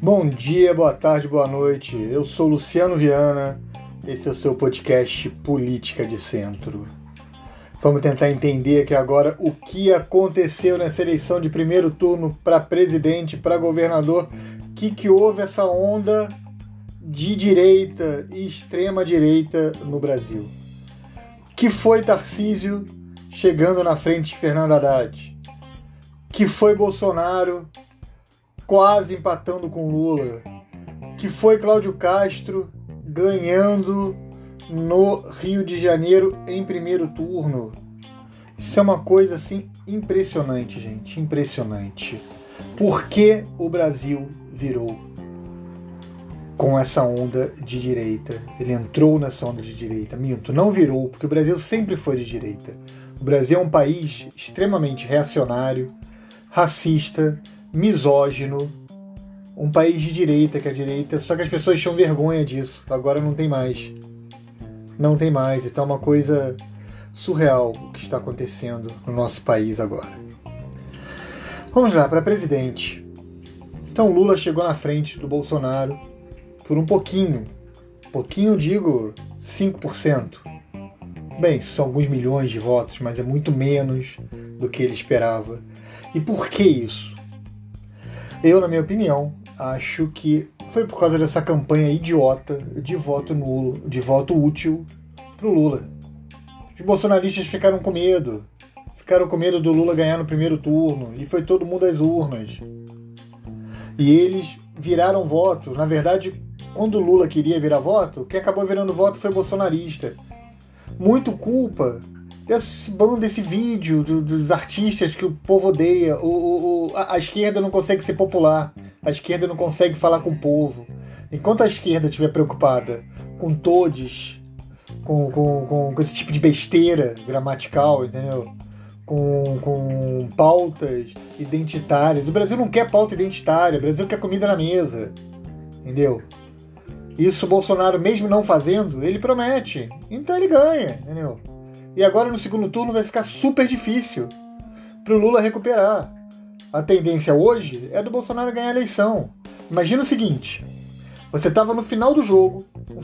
Bom dia, boa tarde, boa noite. Eu sou Luciano Viana, esse é o seu podcast Política de Centro. Vamos tentar entender aqui agora o que aconteceu nessa eleição de primeiro turno para presidente, para governador, que houve essa onda de direita e extrema direita no Brasil. Que foi Tarcísio chegando na frente de Fernando Haddad, que foi Bolsonaro quase empatando com Lula, que foi Cláudio Castro ganhando no Rio de Janeiro em primeiro turno. Isso é uma coisa assim impressionante, gente, impressionante. Por que o Brasil virou com essa onda de direita? Ele entrou nessa onda de direita. Minto, não virou, porque o Brasil sempre foi de direita. O Brasil é um país extremamente reacionário, racista, misógino, um país de direita, que a direita, só que as pessoas tinham vergonha disso, agora não tem mais. Não tem mais, então é uma coisa surreal o que está acontecendo no nosso país agora. Vamos lá, para presidente. Então Lula chegou na frente do Bolsonaro por um pouquinho, digo 5%. Bem, são alguns milhões de votos, mas é muito menos do que ele esperava. E por que isso? Eu, na minha opinião, acho que foi por causa dessa campanha idiota de voto nulo, de voto útil pro Lula. Os bolsonaristas ficaram com medo do Lula ganhar no primeiro turno, e foi todo mundo às urnas. E eles viraram voto. Na verdade, quando o Lula queria virar voto, quem acabou virando voto foi bolsonarista. Muito culpa desse vídeo dos artistas que o povo odeia. A esquerda não consegue ser popular. A esquerda não consegue falar com o povo. Enquanto a esquerda estiver preocupada com todes, com esse tipo de besteira gramatical, entendeu? Com pautas identitárias. O Brasil não quer pauta identitária. O Brasil quer comida na mesa. Entendeu? Isso o Bolsonaro, mesmo não fazendo, ele promete. Então ele ganha, entendeu? E agora no segundo turno vai ficar super difícil para o Lula recuperar. A tendência hoje é do Bolsonaro ganhar a eleição. Imagina o seguinte: você estava no final do jogo,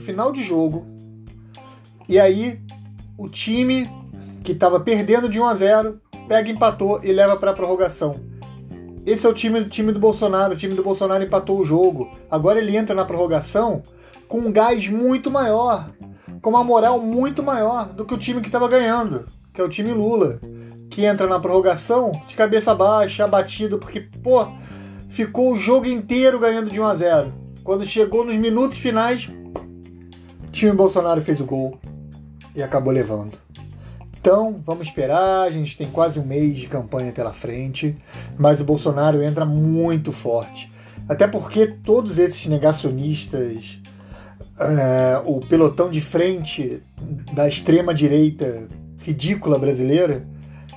e aí o time que estava perdendo de 1-0 pega, empatou e leva para a prorrogação. Esse é o time do Bolsonaro. O time do Bolsonaro empatou o jogo. Agora ele entra na prorrogação com um gás muito maior, com uma moral muito maior do que o time que estava ganhando, que é o time Lula, que entra na prorrogação de cabeça baixa, abatido, porque, ficou o jogo inteiro ganhando de 1-0. Quando chegou nos minutos finais, o time Bolsonaro fez o gol e acabou levando. Então, vamos esperar, a gente tem quase um mês de campanha pela frente, mas o Bolsonaro entra muito forte. Até porque todos esses negacionistas, o pelotão de frente da extrema-direita ridícula brasileira,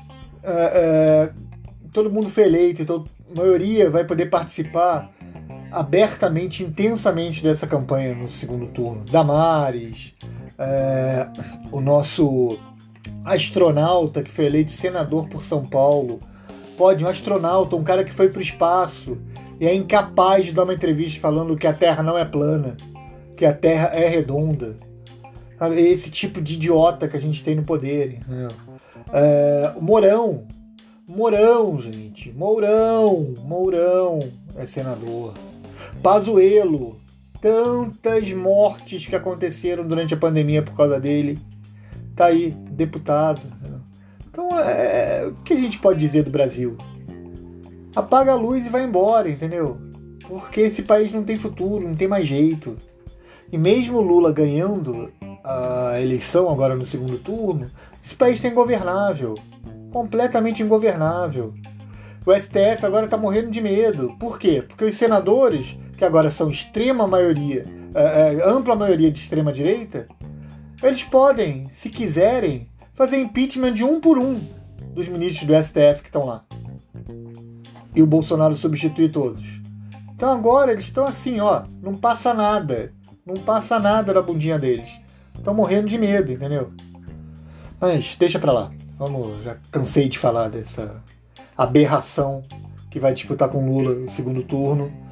todo mundo foi eleito, então a maioria vai poder participar abertamente, intensamente dessa campanha no segundo turno. Damares, o nosso astronauta que foi eleito senador por São Paulo, um astronauta, um cara que foi para o espaço e é incapaz de dar uma entrevista falando que a Terra não é plana, que a Terra é redonda. Esse tipo de idiota que a gente tem no poder. Né? O Mourão, gente. Mourão é senador. Pazuello. Tantas mortes que aconteceram durante a pandemia por causa dele. Tá aí, deputado. Então, o que a gente pode dizer do Brasil? Apaga a luz e vai embora, entendeu? Porque esse país não tem futuro, não tem mais jeito. E mesmo o Lula ganhando a eleição agora no segundo turno, esse país está ingovernável. Completamente ingovernável. O STF agora está morrendo de medo. Por quê? Porque os senadores, que agora são ampla maioria de extrema-direita, eles podem, se quiserem, fazer impeachment de um por um dos ministros do STF que estão lá. E o Bolsonaro substitui todos. Então agora eles estão assim, não passa nada. Não passa nada da bundinha deles. Estão morrendo de medo, entendeu? Mas deixa pra lá. Já cansei de falar dessa aberração que vai disputar com Lula no segundo turno.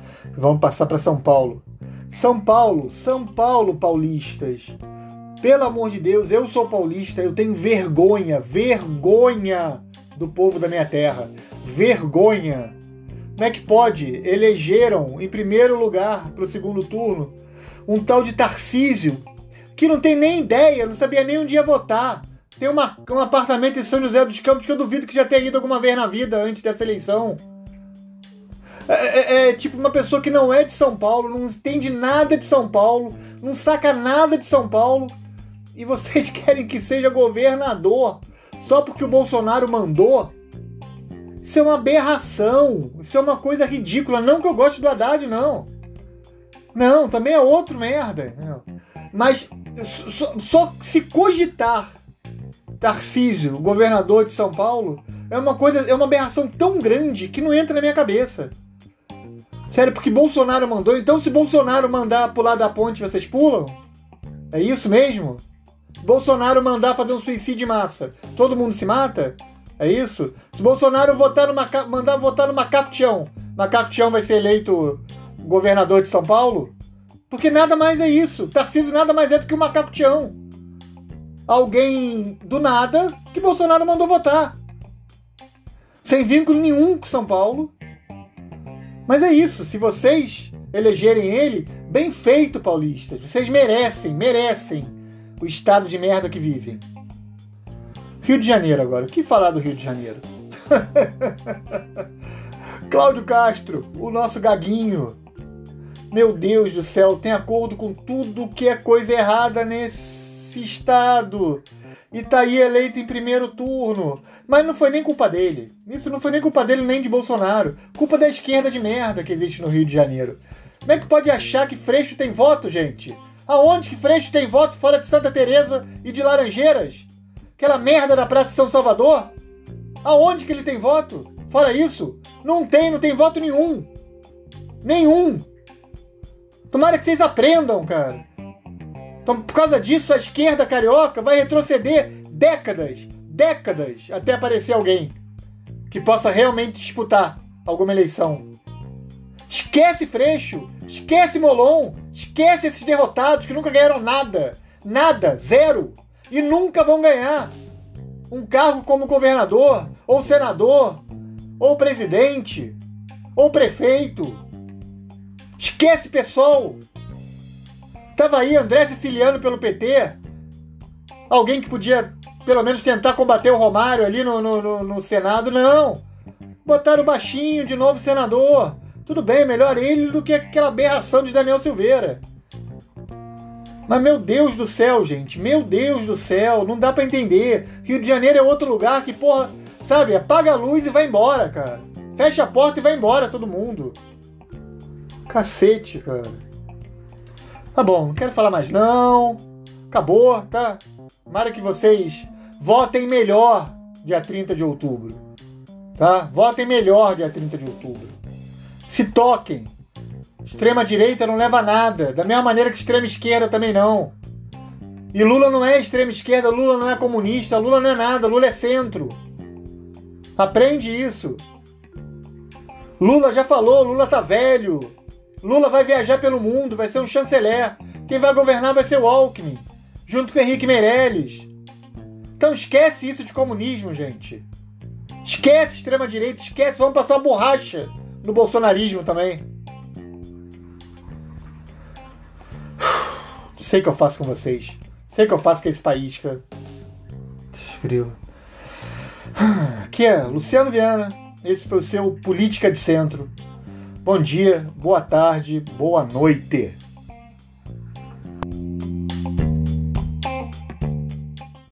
Vamos passar para São Paulo. São Paulo, paulistas. Pelo amor de Deus, eu sou paulista, eu tenho vergonha do povo da minha terra. Vergonha. Como é que pode? Elegeram em primeiro lugar para o segundo turno um tal de Tarcísio, que não tem nem ideia, não sabia nem onde ia votar. Tem um apartamento em São José dos Campos que eu duvido que já tenha ido alguma vez na vida antes dessa eleição. É tipo uma pessoa que não é de São Paulo, não entende nada de São Paulo, não saca nada de São Paulo, e vocês querem que seja governador só porque o Bolsonaro mandou? Isso é uma aberração, isso é uma coisa ridícula. Não que eu goste do Haddad, não. Não, também é outro merda. Não. Mas só se cogitar Tarcísio, governador de São Paulo, é uma aberração tão grande que não entra na minha cabeça. Sério, porque Bolsonaro mandou. Então, se Bolsonaro mandar pular da ponte, vocês pulam? É isso mesmo? Bolsonaro mandar fazer um suicídio em massa, todo mundo se mata? É isso? Se Bolsonaro mandar votar no Macaco Tião, Macaco Tião vai ser eleito governador de São Paulo? Porque nada mais é isso. Tarcísio nada mais é do que o Macaco Tião. Alguém do nada que Bolsonaro mandou votar. Sem vínculo nenhum com São Paulo. Mas é isso. Se vocês elegerem ele, bem feito, paulistas. Vocês merecem o estado de merda que vivem. Rio de Janeiro agora. O que falar do Rio de Janeiro? Cláudio Castro, o nosso gaguinho. Meu Deus do céu, tem acordo com tudo que é coisa errada nesse estado. E tá aí eleito em primeiro turno. Mas não foi nem culpa dele. Isso não foi nem culpa dele nem de Bolsonaro. Culpa da esquerda de merda que existe no Rio de Janeiro. Como é que pode achar que Freixo tem voto, gente? Aonde que Freixo tem voto fora de Santa Teresa e de Laranjeiras? Aquela merda da Praça de São Salvador? Aonde que ele tem voto? Fora isso, não tem voto nenhum. Nenhum. Tomara que vocês aprendam, cara. Então, por causa disso, a esquerda carioca vai retroceder décadas até aparecer alguém que possa realmente disputar alguma eleição. Esquece Freixo, esquece Molon, esquece esses derrotados que nunca ganharam nada, zero, e nunca vão ganhar um cargo como governador, ou senador, ou presidente, ou prefeito. Esquece, pessoal. Tava aí André Siciliano pelo PT, alguém que podia pelo menos tentar combater o Romário ali no Senado. Não, botaram o baixinho de novo senador. Tudo bem, melhor ele do que aquela aberração de Daniel Silveira. Mas meu Deus do céu, gente, meu Deus do céu, não dá pra entender. Rio de Janeiro é outro lugar que, porra, sabe, apaga a luz e vai embora, cara. Fecha a porta e vai embora todo mundo. Cacete, cara. Tá bom, não quero falar mais não. Acabou, tá? Tomara que vocês votem melhor dia 30 de outubro. Tá? Votem melhor dia 30 de outubro. Se toquem. Extrema-direita não leva a nada. Da mesma maneira que extrema-esquerda também não. E Lula não é extrema-esquerda, Lula não é comunista, Lula não é nada, Lula é centro. Aprende isso. Lula já falou, Lula tá velho. Lula vai viajar pelo mundo, vai ser um chanceler. Quem vai governar vai ser o Alckmin, junto com o Henrique Meirelles. Então esquece isso de comunismo, gente. Esquece extrema-direita, esquece. Vamos passar uma borracha no bolsonarismo também. Sei o que eu faço com vocês. Sei o que eu faço com esse país, cara. Escreva. Aqui é Luciano Viana. Esse foi o seu Política de Centro. Bom dia, boa tarde, boa noite.